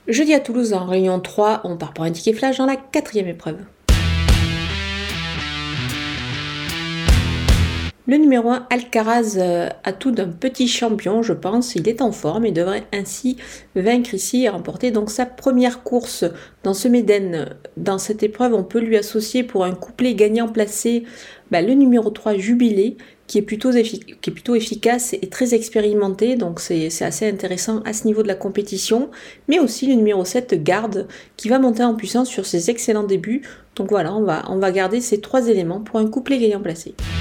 Jeudi à Toulouse, en réunion 3, on part pour un ticket flash dans la 4e épreuve. Le numéro 1, Alcaraz, a tout d'un petit champion, je pense. Il est en forme et devrait ainsi vaincre ici et remporter donc sa première course dans ce Méden. Dans cette épreuve, on peut lui associer pour un couplet gagnant placé le numéro 3, Jubilé, qui est plutôt efficace et très expérimenté, donc c'est assez intéressant à ce niveau de la compétition, mais aussi le numéro 7, Garde, qui va monter en puissance sur ses excellents débuts. Donc voilà, on va garder ces 3 éléments pour un couplet gagnant placé.